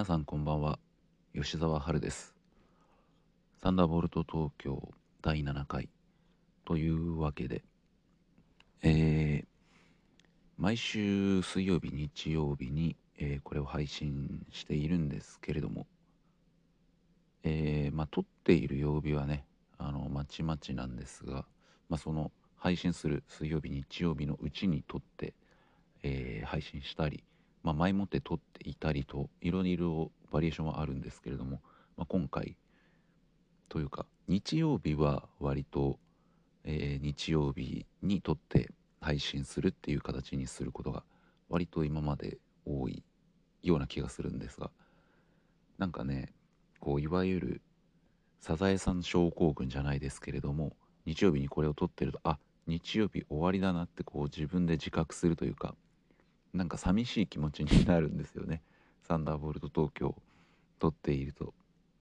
皆さんこんばんは。吉澤春です。サンダーボルト東京第7回というわけで、えー毎週水曜日日曜日に、これを配信しているんですけれども、撮っている曜日はねまちまちなんですが、その配信する水曜日日曜日のうちに撮って、配信したり、前もって撮っていたりといろいろバリエーションはあるんですけれども、今回というか日曜日は割と、日曜日に撮って配信するっていう形にすることが割と今まで多いような気がするんですが、なんかね、こういわゆるサザエさん症候群じゃないですけれども、日曜日にこれを撮ってると、日曜日終わりだなってこう自分で自覚するというか、なんか寂しい気持ちになるんですよね。サンダーボルト東京撮っていると。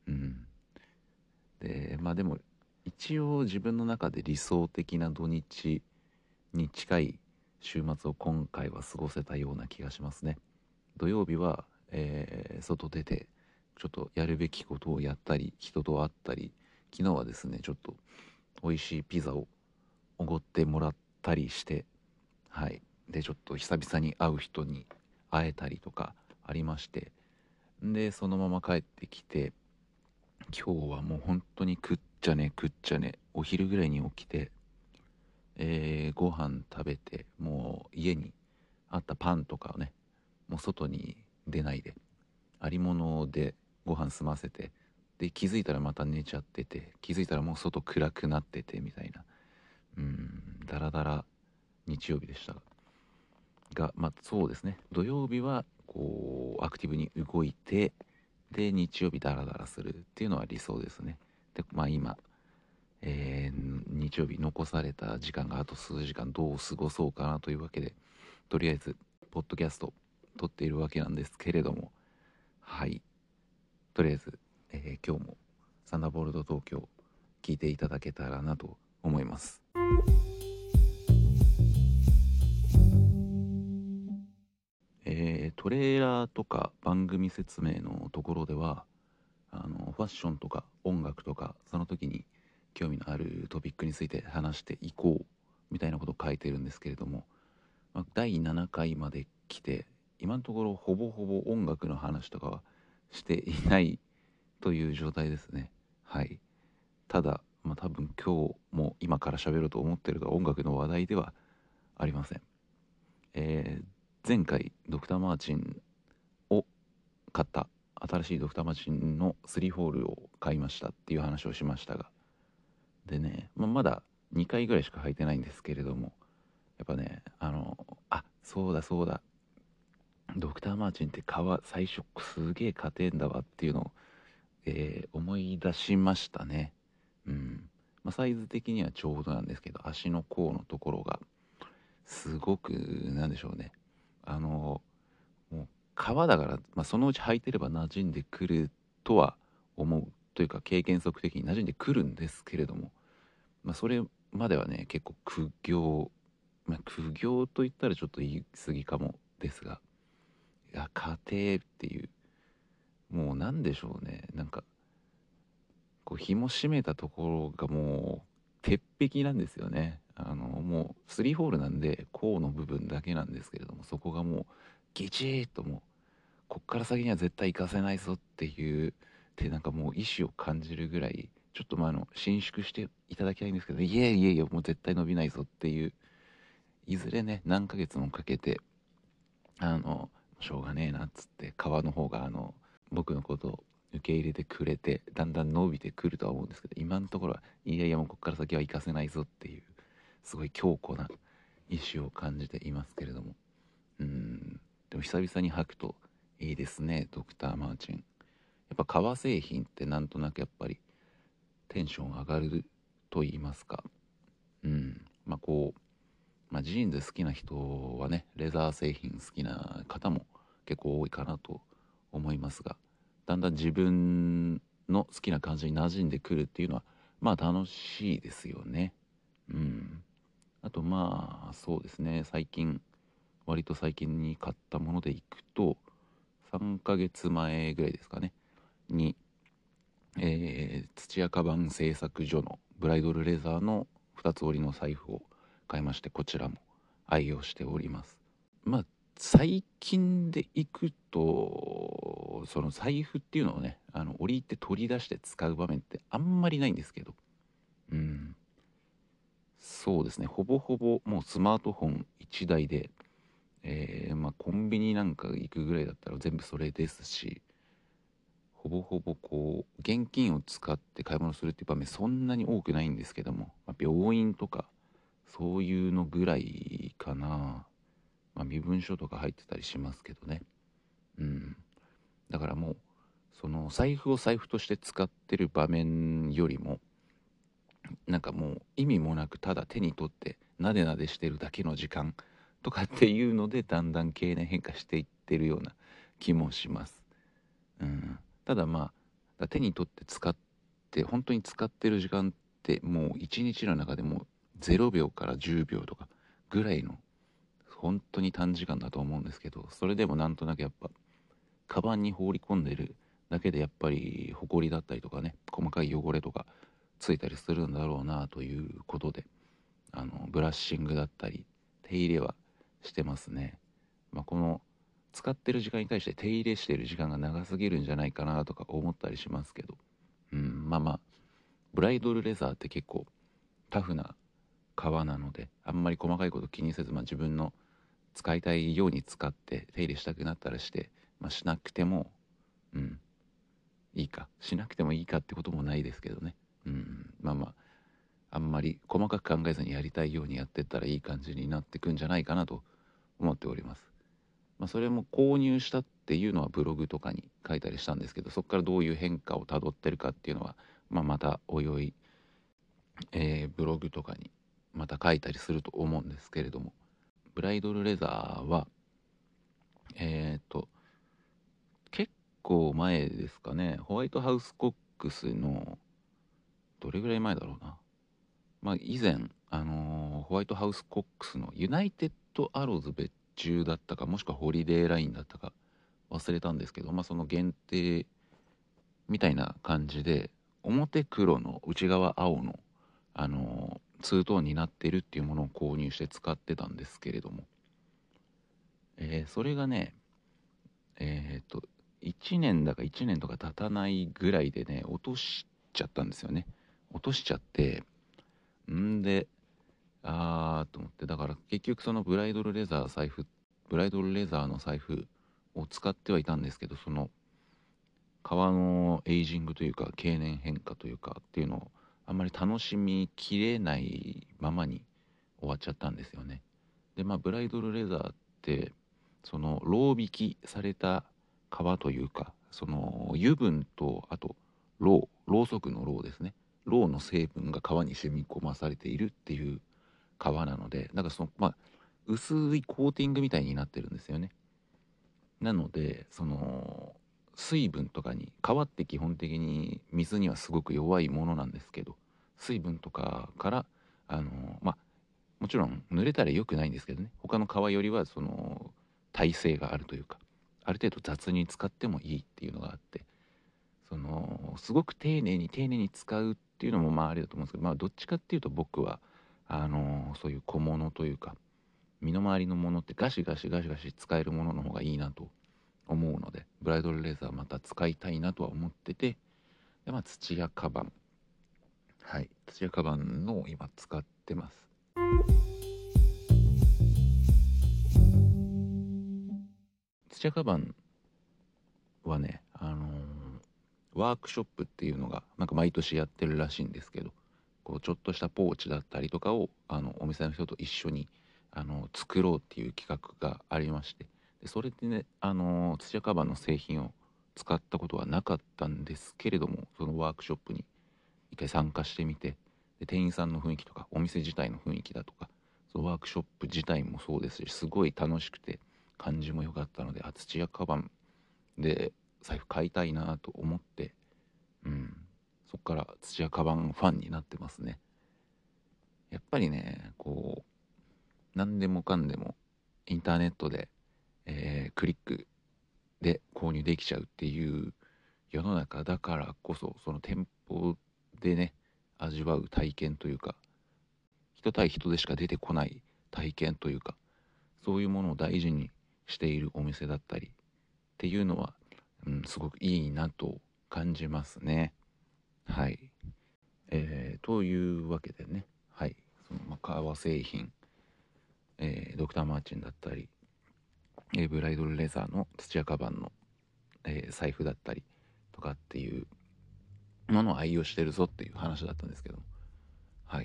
でも一応自分の中で理想的な土日に近い週末を今回は過ごせたような気がしますね。土曜日は、外出てちょっとやるべきことをやったり人と会ったり、昨日はですねちょっと美味しいピザをおごってもらったりして、はい、でちょっと久々に会う人に会えたりとかありまして、でそのまま帰ってきて、今日はもう本当に食っちゃねお昼ぐらいに起きて、ご飯食べて、もう家にあったパンとかをね、もう外に出ないでありものでご飯済ませて、で気づいたらまた寝ちゃってて、気づいたらもう外暗くなっててみたいな、だらだら日曜日でしたが、そうですね、土曜日はこうアクティブに動いて、で日曜日ダラダラするっていうのは理想ですね。で今、日曜日残された時間があと数時間どう過ごそうかなというわけで、とりあえずポッドキャスト撮っているわけなんですけれども、はい、とりあえず、今日もサンダーボルト東京聞いていただけたらなと思います。トレーラーとか番組説明のところでは、ファッションとか音楽とかその時に興味のあるトピックについて話していこうみたいなことを書いてるんですけれども、第7回まで来て今のところほぼほぼ音楽の話とかはしていないという状態ですね。はい。ただ、多分今日も今から喋ろうと思ってるが音楽の話題ではありません。前回ドクターマーチンを買った、新しいドクターマーチンの3ホールを買いましたっていう話をしましたが、でね、まだ2回ぐらいしか履いてないんですけれども、やっぱね、そうだそうだ、ドクターマーチンって最初すげえ硬えんだわっていうのを、思い出しましたね。うん。サイズ的にはちょうどなんですけど、足の甲のところがすごく、なんでしょうね、もう革だから、そのうち履いてれば馴染んでくるとは思うというか、経験則的に馴染んでくるんですけれども、それまではね結構苦行、苦行と言ったらちょっと言い過ぎかもですが、いや家庭っていう、もうなんでしょうね、なんかこう紐締めたところがもう鉄壁なんですよね。もう3ホールなんで甲の部分だけなんですけれども、そこがもうギチッと、もうこっから先には絶対行かせないぞっていう、でなんかもう意志を感じるぐらい、ちょっと伸縮していただきたいんですけど、いえいえいえ、もう絶対伸びないぞっていう、いずれね何ヶ月もかけて、あのしょうがねえなっつって川の方が僕のことを受け入れてくれてだんだん伸びてくるとは思うんですけど、今のところはいやいやもうこっから先は行かせないぞっていう、すごい強固な意志を感じていますけれども、でも久々に履くといいですね、ドクターマーチン。やっぱ革製品ってなんとなくやっぱりテンション上がると言いますか、こう、ジーンズ好きな人はね、レザー製品好きな方も結構多いかなと思いますが、だんだん自分の好きな感じに馴染んでくるっていうのは楽しいですよね。うん。あとそうですね、割と最近に買ったものでいくと、 3ヶ月前ぐらいですかねに、土屋カバン製作所のブライドルレザーの2つ折りの財布を買いまして、こちらも愛用しております。まあ最近でいくと、その財布っていうのをね、折り入って取り出して使う場面ってあんまりないんですけど、そうですね、ほぼほぼもうスマートフォン1台で、コンビニなんか行くぐらいだったら全部それですし、ほぼほぼこう現金を使って買い物するっていう場面そんなに多くないんですけども、病院とかそういうのぐらいかな。身分証とか入ってたりしますけどね。だからもうその財布を財布として使ってる場面よりも、なんかもう意味もなくただ手に取ってなでなでしてるだけの時間とかっていうので、だんだん経年変化していってるような気もします。ただ手に取って使って本当に使ってる時間ってもう一日の中でも0秒から10秒とかぐらいの本当に短時間だと思うんですけど、それでもなんとなくやっぱカバンに放り込んでるだけでやっぱりホコリだったりとかね、細かい汚れとかついたりするんだろうなということで、ブラッシングだったり手入れはしてますね。この使ってる時間に対して手入れしてる時間が長すぎるんじゃないかなとか思ったりしますけど、ブライドルレザーって結構タフな革なので、あんまり細かいこと気にせず、自分の使いたいように使って手入れしたくなったらして、しなくてもうんいいか、しなくてもいいかってこともないですけどね。あんまり細かく考えずにやりたいようにやってったらいい感じになってくんじゃないかなと思っております。それも購入したっていうのはブログとかに書いたりしたんですけど、そこからどういう変化をたどってるかっていうのは、またおいおい、ブログとかにまた書いたりすると思うんですけれども、ブライドルレザーはえっ、と結構前ですかね、ホワイトハウスコックスのどれぐらい前だろうな。以前、ホワイトハウスコックスのユナイテッドアローズ別注だったか、もしくはホリデーラインだったか忘れたんですけど、その限定みたいな感じで、表黒の内側青の、ツートーンになってるっていうものを購入して使ってたんですけれども、それがね、えっと、1年だか1年とか経たないぐらいでね、落としちゃったんですよね。落としちゃって、んで、と思って、だから結局そのブライドルレザーの財布を使ってはいたんですけど、その革のエイジングというか経年変化というかっていうのをあんまり楽しみきれないままに終わっちゃったんですよね。でブライドルレザーってそのロウ引きされた革というか、その油分と、あとろうそくのろうですね、ろうの成分が革に染み込まされているっていう革なので、だからその薄いコーティングみたいになってるんですよね。なのでその水分とかに、革って基本的に水にはすごく弱いものなんですけど、水分とかからあのもちろん濡れたら良くないんですけどね、他の革よりはその耐性があるというか、ある程度雑に使ってもいいっていうのがあって、そのすごく丁寧に丁寧に使うっていうのもありだと思うんですけど、どっちかっていうと僕はそういう小物というか身の回りのものってガシガシガシガシ使えるものの方がいいなと思うので、ブライドルレザーまた使いたいなとは思ってて、で土屋カバン、はい、土屋カバンのを今使ってます。土屋カバンはね、ワークショップっていうのがなんか毎年やってるらしいんですけど、こうちょっとしたポーチだったりとかをお店の人と一緒に作ろうっていう企画がありまして、でそれでね、土屋カバンの製品を使ったことはなかったんですけれども、そのワークショップに一回参加してみて、で店員さんの雰囲気とかお店自体の雰囲気だとか、そのワークショップ自体もそうですし、すごい楽しくて感じも良かったので、土屋カバンで財布買いたいなと思って、そっから土屋カバンファンになってますね。やっぱりね、こう何でもかんでもインターネットで、クリックで購入できちゃうっていう世の中だからこそ、その店舗でね味わう体験というか、人対人でしか出てこない体験というか、そういうものを大事にしているお店だったりっていうのは、すごくいいなと感じますね。はい。というわけでね、はい、その革製品、ドクターマーチンだったり、ブライドルレザーの土屋カバンの、財布だったりとかっていうものを愛用してるぞっていう話だったんですけども、はい、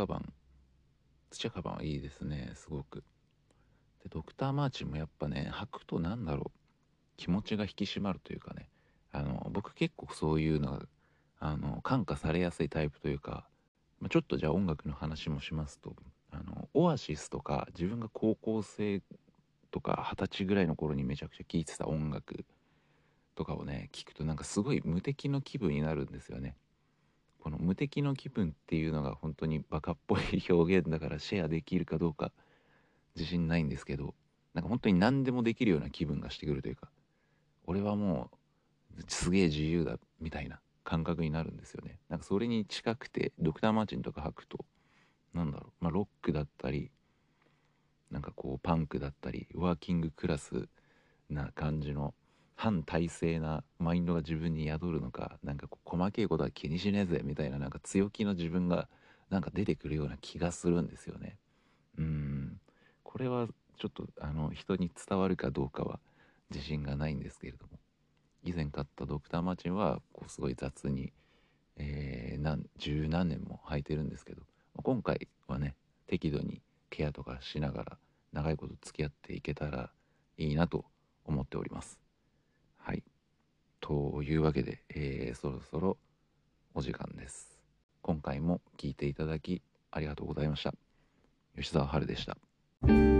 土屋カバンはいいですね、すごく。でドクターマーチンもやっぱね、履くとなんだろう、気持ちが引き締まるというかね、僕結構そういうのが感化されやすいタイプというか、ちょっとじゃあ音楽の話もしますと、オアシスとか、自分が高校生とか20歳ぐらいの頃にめちゃくちゃ聴いてた音楽とかをね聞くと、なんかすごい無敵の気分になるんですよね。この無敵の気分っていうのが本当にバカっぽい表現だからシェアできるかどうか自信ないんですけど、なんか本当に何でもできるような気分がしてくるというか、俺はもうすげえ自由だみたいな感覚になるんですよね。なんかそれに近くて、ドクターマーチンとか履くと、なんだろう、ロックだったり、なんかこうパンクだったり、ワーキングクラスな感じの反体制なマインドが自分に宿るのか、なんかこう細けいことは気にしねえぜみたいな、なんか強気の自分がなんか出てくるような気がするんですよね。これはちょっと人に伝わるかどうかは自信がないんですけれども、以前買ったドクターマーチンはこうすごい雑に、十何年も履いてるんですけど、今回はね適度にケアとかしながら長いこと付き合っていけたらいいなと思っております。はい、というわけで、そろそろお時間です。今回も聞いていただきありがとうございました。吉澤春でした。